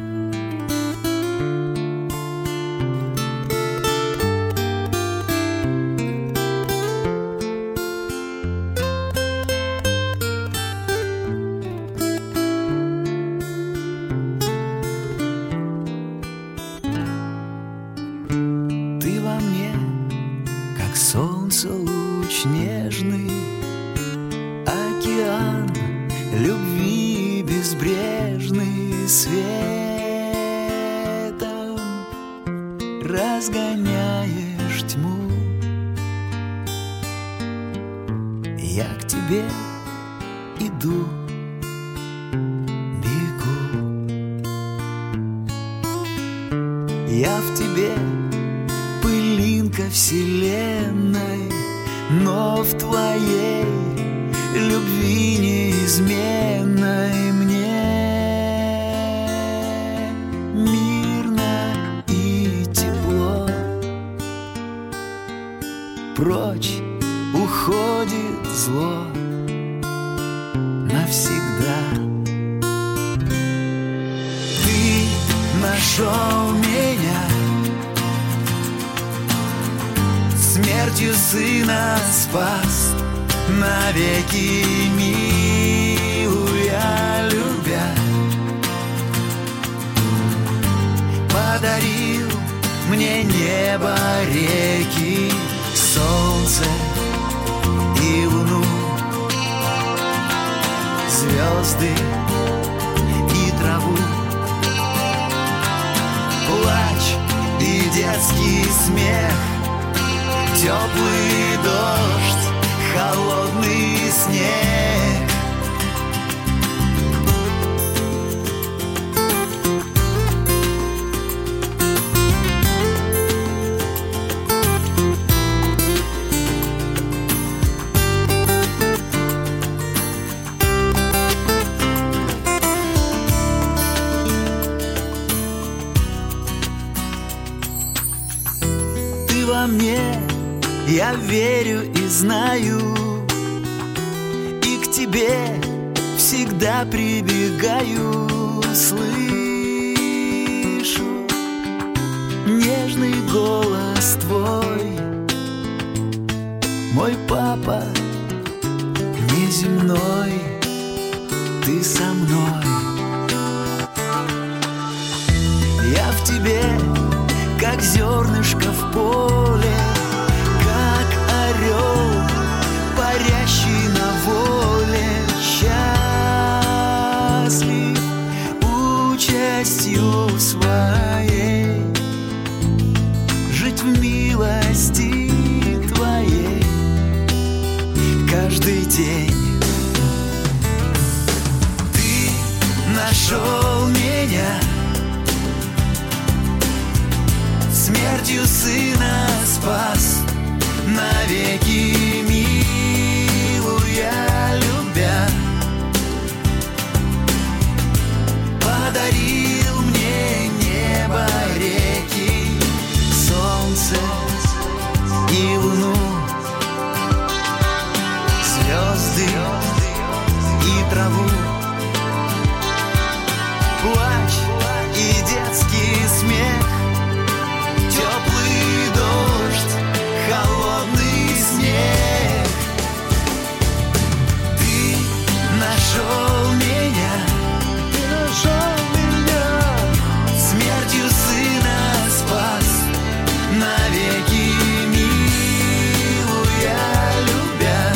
S9: Ты во мне, как солнце луч нежный, океан любви безбрежный, светом разгоняешь тьму. Я к тебе иду, бегу. Я в тебе пылинка вселенной, но в твоей любви неизменной мне мирно и тепло. Прочь уходит зло навсегда. Ты нашел меня, смертью сына спас, навеки милуя, любя, подарил мне небо, реки, солнце и луну, звезды и траву, плач и детский смех, теплый дождь, холодный снег. Ты во мне, я верю и знаю, и к тебе всегда прибегаю. Слышу нежный голос твой, мой папа неземной, ты со мной. Я в тебе, как зернышко в поле, как орел, парящий на воле, счастлив участью своей, жить в милости твоей каждый день. Ты нашел меня, Сына спас навеки, милуя, любя, подарил мне небо, реки, солнце и луну, звезды и траву, плач и детский смех, теплый дождь, холодный снег. Ты нашел меня, смертью сына спас навеки, милуя, любя,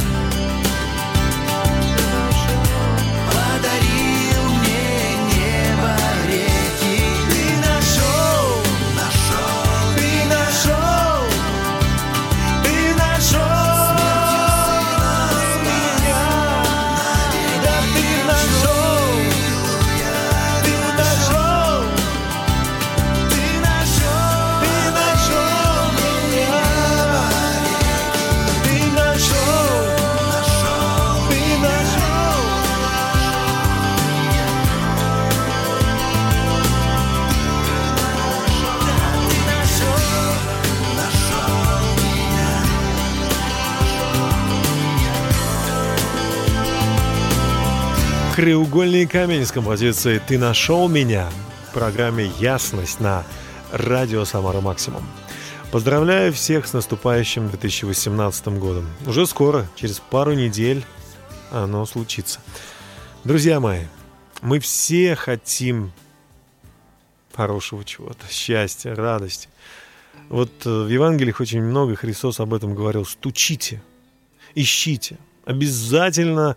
S9: подарил мне небо, реки. Ты нашел, ты нашел, ты нашел меня, да ты нашел, ты нашел, ты нашел меня, ты нашел, ты нашел.
S1: Краеугольный камень с композицией «Ты нашел меня» в программе «Ясность» на радио «Самара Максимум». Поздравляю всех с наступающим 2018 годом. Уже скоро, через пару недель, оно случится. Друзья мои, мы все хотим хорошего чего-то, счастья, радости. Вот в Евангелиях очень много Христос об этом говорил. Стучите, ищите, обязательно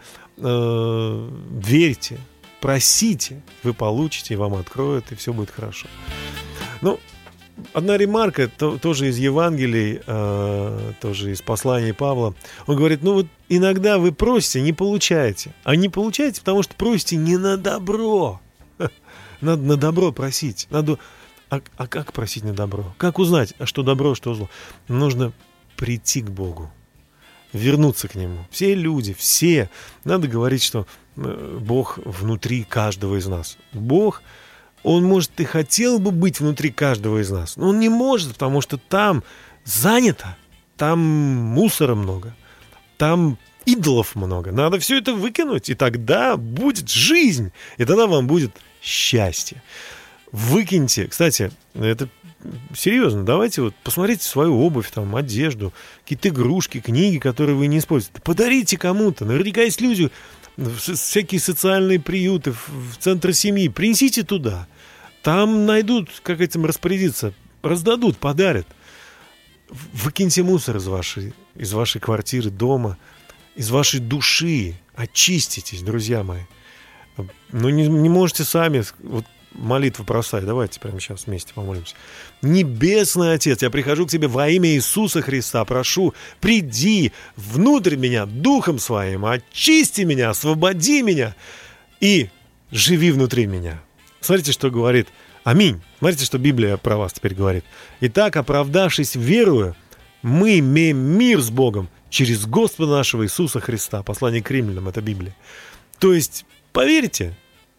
S1: верьте, просите, вы получите, и вам откроют, и все будет хорошо. Ну, одна ремарка, тоже из Евангелий, тоже из посланий Павла. Он говорит, ну вот иногда вы просите, не получаете. А не получаете, потому что просите не на добро. Надо на добро просить. Надо... А как просить на добро? Как узнать, что добро, что зло? Нужно прийти к Богу, вернуться к Нему. Все люди, все. Надо говорить, что Бог внутри каждого из нас. Бог, Он, может, и хотел бы быть внутри каждого из нас, но Он не может, потому что там занято, там мусора много, там идолов много. Надо все это выкинуть, и тогда будет жизнь, и тогда вам будет счастье. Выкиньте. Кстати, это серьезно, давайте вот посмотрите свою обувь, там, одежду, какие-то игрушки, книги, которые вы не используете. Подарите кому-то. Наверняка есть люди, всякие социальные приюты, в центр семьи. Принесите туда. Там найдут, как этим распорядиться. Раздадут, подарят. Выкиньте мусор из вашей квартиры, дома, из вашей души. Очиститесь, друзья мои. Ну, не можете сами... Вот, молитву бросай. Давайте прямо сейчас вместе помолимся. Небесный Отец, я прихожу к Тебе во имя Иисуса Христа. Прошу, приди внутрь меня Духом Своим, очисти меня, освободи меня и живи внутри меня. Смотрите, что говорит. Аминь. Смотрите, что Библия про вас теперь говорит. Итак, оправдавшись верою, мы имеем мир с Богом через Господа нашего Иисуса Христа. Послание к Римлянам, это Библия. То есть, поверьте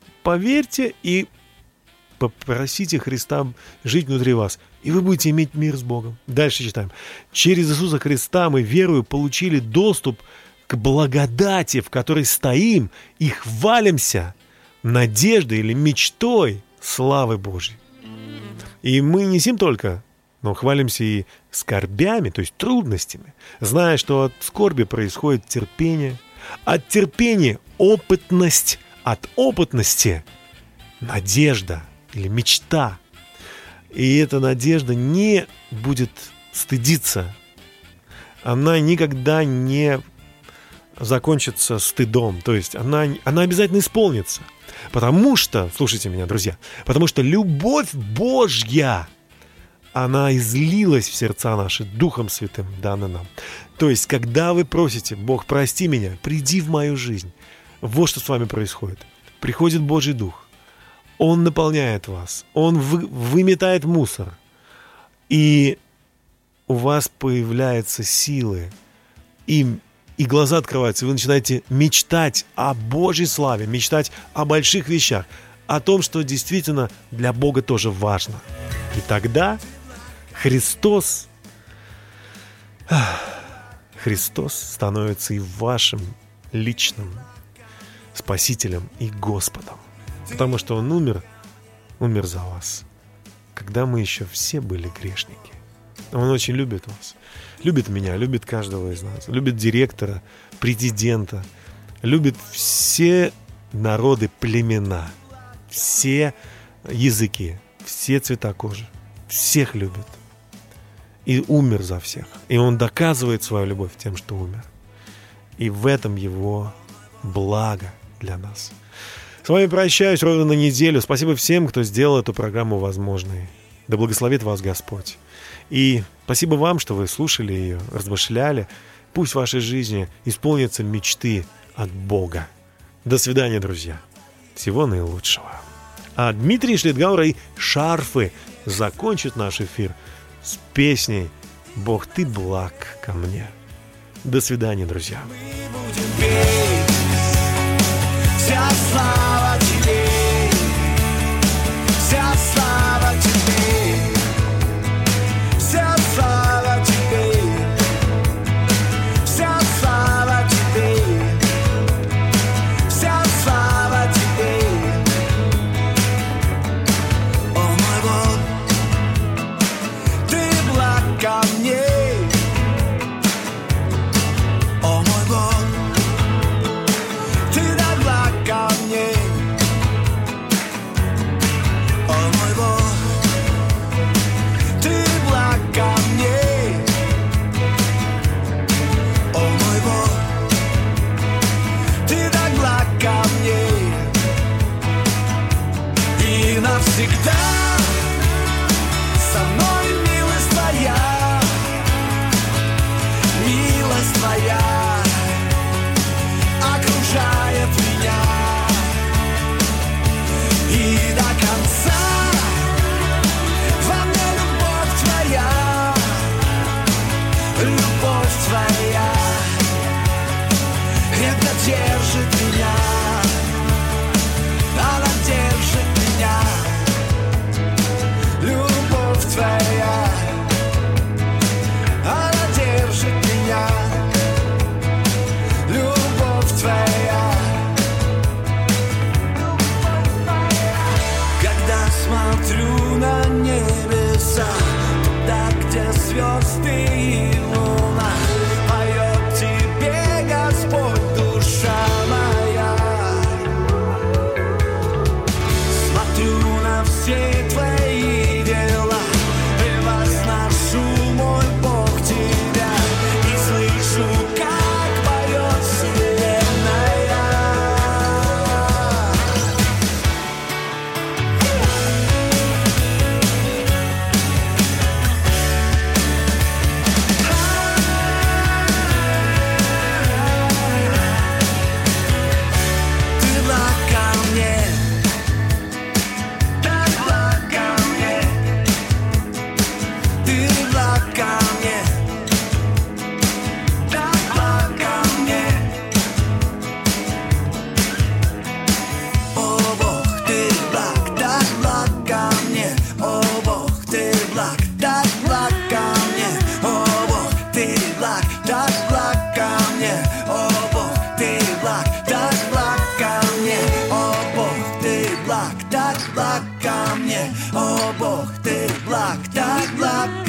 S1: и попросите Христа жить внутри вас, и вы будете иметь мир с Богом. Дальше читаем. Через Иисуса Христа мы верою получили доступ к благодати, в которой стоим и хвалимся надеждой или мечтой славы Божьей. И мы не сим только, но хвалимся и скорбями, то есть трудностями, зная, что от скорби происходит терпение, от терпения опытность, от опытности надежда или мечта. И эта надежда не будет стыдиться. Она никогда не закончится стыдом. То есть она обязательно исполнится. Потому что, слушайте меня, друзья, потому что любовь Божья, она излилась в сердца наши Духом Святым, данным нам. То есть, когда вы просите, Бог, прости меня, приди в мою жизнь, вот что с вами происходит. Приходит Божий Дух. Он наполняет вас, Он выметает мусор. И у вас появляются силы, и глаза открываются, и вы начинаете мечтать о Божьей славе, мечтать о больших вещах, о том, что действительно для Бога тоже важно. И тогда Христос становится и вашим личным Спасителем и Господом. Потому что Он умер за вас, когда мы еще все были грешники. Он очень любит вас, любит меня, любит каждого из нас, любит директора, президента, любит все народы, племена, все языки, все цвета кожи, всех любит. И умер за всех. И Он доказывает свою любовь тем, что умер. И в этом Его благо для нас. С вами прощаюсь ровно на неделю. Спасибо всем, кто сделал эту программу возможной. Да благословит вас Господь. И спасибо вам, что вы слушали ее, размышляли. Пусть в вашей жизни исполнятся мечты от Бога. До свидания, друзья. Всего наилучшего. А Дмитрий Шлитгауэр и Шарфы закончат наш эфир с песней «Бог, ты благ ко мне». До свидания, друзья.
S9: Вся слава тебе, вся слава тебе, вся слава тебе, вся слава тебе, вся слава тебе. О мой Бог, ты благ ко мне. О мой Бог, ты так благ ко мне. О мой Бог, ты благ ко мне. О мой Бог, ты так благ ко мне. И навсегда со мной милость твоя, милость твоя окружает меня. И до конца во мне любовь твоя, любовь твоя, это держит меня, она держит меня. Любовь твоя, она держит меня. Любовь твоя. Когда смотрю на небеса, туда, где звезды и луна, поет тебе, Господь, душа моя. Смотрю на все твои дела и возношу, мой Бог, тебя, и слышу, как поет вселенная. Ты благ ко мне, так благ ко мне. Ты благ ко мне, так благ ко мне. О Бог, ты благ, так благ ко мне. О Бог, ты благ, так благ ко мне. О Бог, ты благ, так благ ко мне. О Бог, ты благ, так благ ко мне. О Бог, ты благ, так благ ко мне. О Бог, ты благ, так благ